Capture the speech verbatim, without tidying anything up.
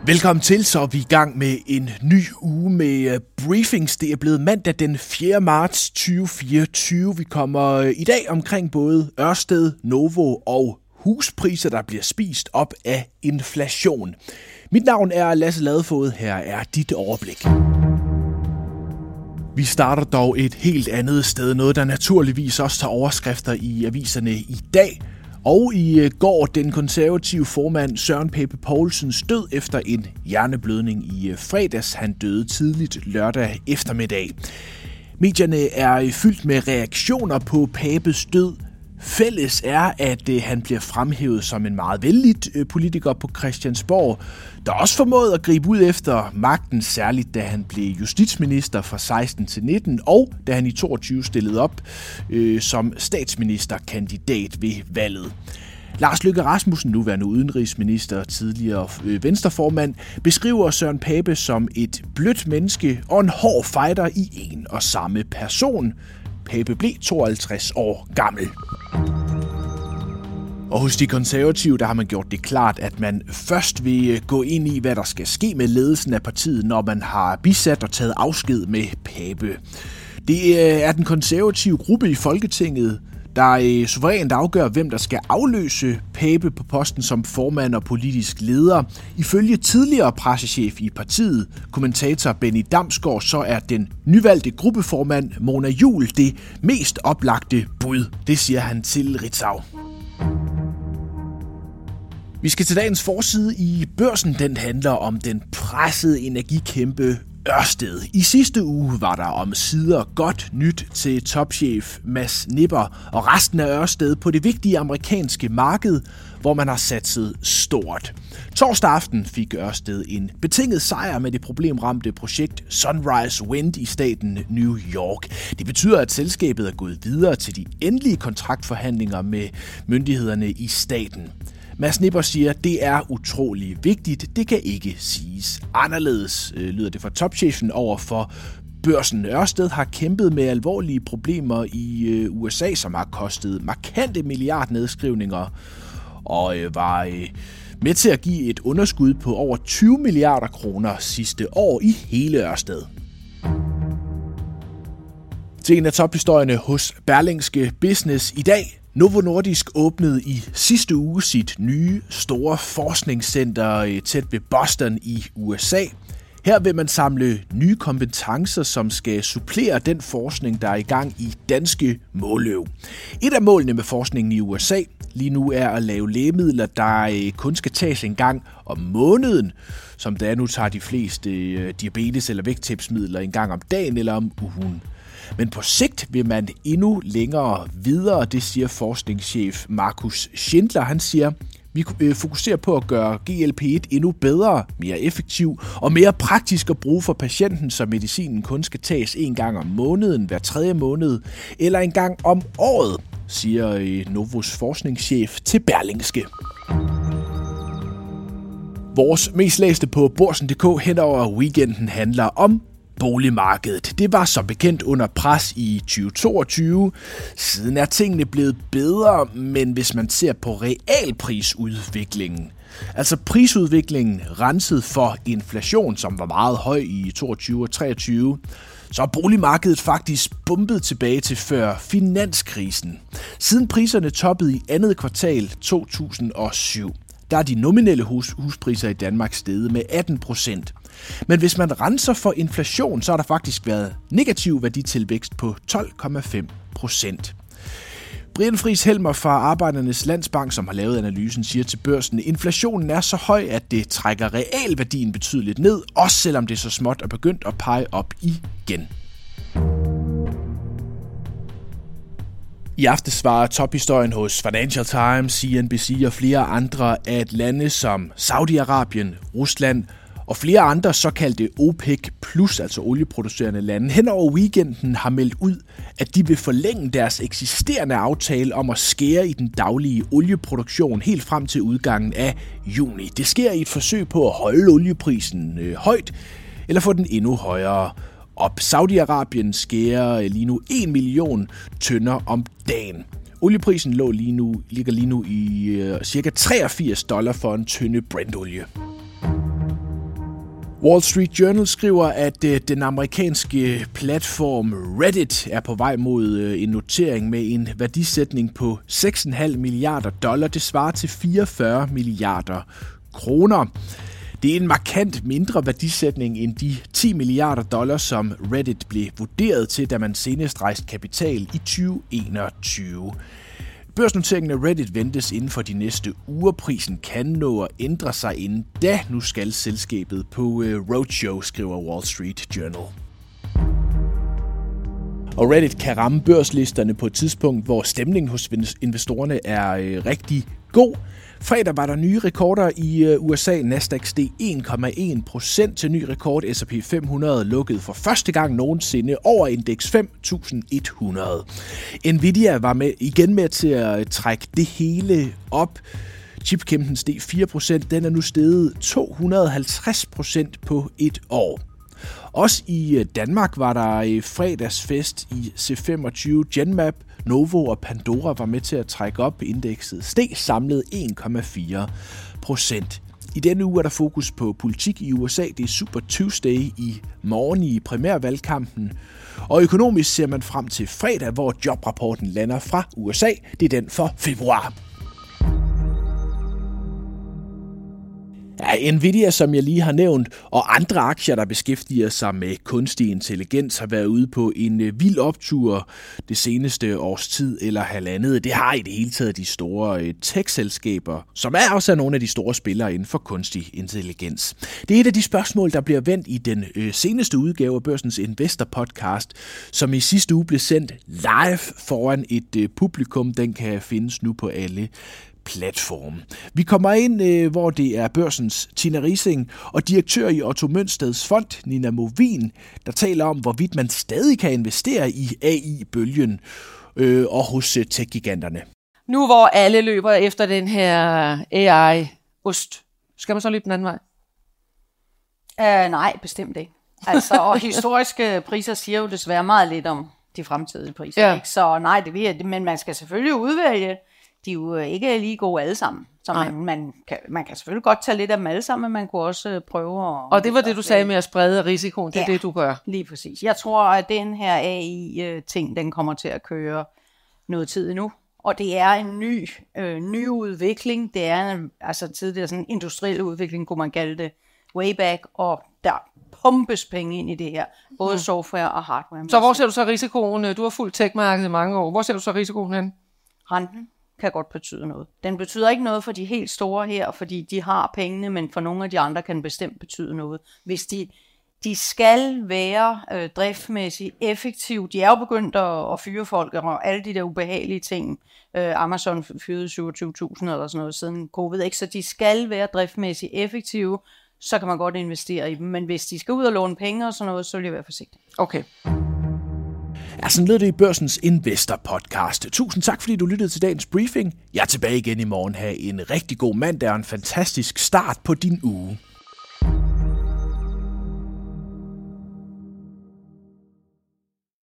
Velkommen til, så er vi i gang med en ny uge med briefings. Det er blevet mandag den fjerde marts to tusind fireogtyve. Vi kommer i dag omkring både Ørsted, Novo og huspriser, der bliver spist op af inflation. Mit navn er Lasse Ladefoged. Her er dit overblik. Vi starter dog et helt andet sted. Noget, der naturligvis også tager overskrifter i aviserne i dag. Og i går den konservative formand Søren Pape Poulsens død efter en hjerneblødning i fredags. Han døde tidligt lørdag eftermiddag. Medierne er fyldt med reaktioner på Papes død. Fælles er, at han bliver fremhævet som en meget vellidt politiker på Christiansborg, der også formåede at gribe ud efter magten, særligt da han blev justitsminister fra seksten til nitten, og da han i toogtyve stillede op øh, som statsministerkandidat ved valget. Lars Løkke Rasmussen, nuværende udenrigsminister, tidligere venstreformand, beskriver Søren Pape som et blødt menneske og en hård fighter i en og samme person. Pape blev tooghalvtreds år gammel. Og hos de konservative, der har man gjort det klart, at man først vil gå ind i, hvad der skal ske med ledelsen af partiet, når man har bisat og taget afsked med Pape. Det er den konservative gruppe i Folketinget, der suverænt afgør, hvem der skal afløse Pape på posten som formand og politisk leder. Ifølge tidligere pressechef i partiet, kommentator Benny Damsgaard, så er den nyvalgte gruppeformand Mona Juul det mest oplagte bud. Det siger han til Ritzau. Vi skal til dagens forside i Børsen. Den handler om den pressede energikæmpe Ørsted. I sidste uge var der omsider godt nyt til topchef Mads Nipper og resten af Ørsted på det vigtige amerikanske marked, hvor man har satset stort. Torsdag aften fik Ørsted en betinget sejr med det problemramte projekt Sunrise Wind i staten New York. Det betyder, at selskabet er gået videre til de endelige kontraktforhandlinger med myndighederne i staten. Mads Nipper siger, at det er utrolig vigtigt. Det kan ikke siges anderledes, lyder det fra topchefen over for Børsen. Ørsted har kæmpet med alvorlige problemer i U S A, som har kostet markante milliardnedskrivninger og var med til at give et underskud på over tyve milliarder kroner sidste år i hele Ørsted. Til en af tophistorierne hos Berlingske Business i dag. Novo Nordisk åbnede i sidste uge sit nye store forskningscenter tæt ved Boston i U S A. Her vil man samle nye kompetencer, som skal supplere den forskning, der er i gang i danske Måløv. Et af målene med forskningen i U S A lige nu er at lave lægemidler, der kun skal tages en gang om måneden, som der nu tager de fleste diabetes- eller vægttabsmidler en gang om dagen eller om ugen. Men på sigt vil man endnu længere videre, det siger forskningschef Markus Schindler. Han siger, vi fokuserer på at gøre G L P et endnu bedre, mere effektiv og mere praktisk at bruge for patienten, så medicinen kun skal tages en gang om måneden, hver tredje måned eller en gang om året, siger Novos forskningschef til Berlingske. Vores mest læste på Børsen punktum d k hen over weekenden handler om boligmarkedet. Det var som bekendt under pres i tyve toogtyve. Siden er tingene blevet bedre, men hvis man ser på realprisudviklingen, altså prisudviklingen renset for inflation, som var meget høj i toogtyve og treogtyve, så er boligmarkedet faktisk bumpet tilbage til før finanskrisen. Siden priserne toppede i andet kvartal to tusind og syv, der er de nominelle hus- huspriser i Danmark steget med atten procent. Men hvis man renser for inflation, så har der faktisk været negativ værditilvækst på tolv komma fem procent. Brian Friis Helmer fra Arbejdernes Landsbank, som har lavet analysen, siger til Børsen, at inflationen er så høj, at det trækker realværdien betydeligt ned, også selvom det så småt er begyndt at pege op igen. I aften svarer tophistorien hos Financial Times, C N B C og flere andre, at lande som Saudi-Arabien, Rusland og flere andre såkaldte OPEC plus, altså olieproducerende lande, hen over weekenden har meldt ud, at de vil forlænge deres eksisterende aftale om at skære i den daglige olieproduktion helt frem til udgangen af juni. Det sker i et forsøg på at holde olieprisen øh, højt, eller få den endnu højere op. Saudi-Arabien skærer lige nu en million tønder om dagen. Olieprisen lå lige nu, ligger lige nu i øh, cirka treogfirs dollar for en tønde Brent-olie. Wall Street Journal skriver, at øh, den amerikanske platform Reddit er på vej mod øh, en notering med en værdisætning på seks komma fem milliarder dollar. Det svarer til fireogfyrre milliarder kroner. Det er en markant mindre værdisætning end de ti milliarder dollar, som Reddit blev vurderet til, da man senest rejste kapital i tyve enogtyve. Børsnoteringen af Reddit ventes inden for de næste uger. Prisen kan nå at ændre sig inden da. Nu skal selskabet på roadshow, skriver Wall Street Journal. Og Reddit kan ramme børslisterne på et tidspunkt, hvor stemningen hos investorerne er rigtig god. Fredag var der nye rekorder i U S A. Nasdaq steg en komma en procent til ny rekord. S og P fem hundrede lukkede for første gang nogensinde over indeks fem tusind et hundrede. Nvidia var med, igen med til at trække det hele op. Chipkæmpen steg fire procent. Den er nu steget to hundrede og halvtreds procent på et år. Også i Danmark var der fredagsfest i C femogtyve. Genmap, Novo og Pandora var med til at trække op. Indekset steg samlet en komma fire procent. I denne uge er der fokus på politik i U S A. Det er Super Tuesday i morgen i primærvalgkampen. Og økonomisk ser man frem til fredag, hvor jobrapporten lander fra U S A. Det er den for februar. Ja, Nvidia, som jeg lige har nævnt, og andre aktier, der beskæftiger sig med kunstig intelligens, har været ude på en vild optur det seneste års tid eller halvandet. Det har i det hele taget de store tech-selskaber, som er også nogle af de store spillere inden for kunstig intelligens. Det er et af de spørgsmål, der bliver vendt i den seneste udgave af Børsens Investor Podcast, som i sidste uge blev sendt live foran et publikum. Den kan findes nu på alle platform. Vi kommer ind, øh, hvor det er Børsens Tina Rising og direktør i Otto Mønsteds fond, Nina Movin, der taler om, hvorvidt man stadig kan investere i A I-bølgen øh, og hos øh, tech-giganterne. Nu hvor alle løber efter den her A I-ost, skal man så løbe den anden vej? Uh, nej, bestemt ikke. Altså, og historiske priser siger jo desværre meget lidt om de fremtidige priser. Ja. Ikke? Så nej, det vil, men man skal selvfølgelig udvælge. De er jo ikke lige gode alle sammen. Så man, man, kan, man kan selvfølgelig godt tage lidt af dem alle sammen, men man kunne også prøve at... Og det var det, du sagde med at sprede risikoen. Det er ja, det, du gør. Lige præcis. Jeg tror, at den her A I-ting, den kommer til at køre noget tid endnu. Og det er en ny, øh, ny udvikling. Det er en, altså tidligere sådan en industriel udvikling, kunne man kalde det, way back. Og der pumpes penge ind i det her. Både hmm. software og hardware. Så hvor ser du så risikoen? Du har fulgt tech-markedet i mange år. Hvor ser du så risikoen hen? Renten kan godt betyde noget. Den betyder ikke noget for de helt store her, fordi de har pengene, men for nogle af de andre kan den bestemt betyde noget. Hvis de, de skal være øh, driftmæssigt effektive, de er jo begyndt at, at fyre folk, og alle de der ubehagelige ting, øh, Amazon fyrede syvogtyve tusind eller sådan noget siden covid, ikke? Så de skal være driftmæssigt effektive, så kan man godt investere i dem, men hvis de skal ud og låne penge og sådan noget, så vil jeg være forsigtig. Okay. Ja, sådan lød det i Børsens Investor Podcast. Tusind tak, fordi du lyttede til dagens briefing. Jeg er tilbage igen i morgen. Ha' en rigtig god mandag og en fantastisk start på din uge.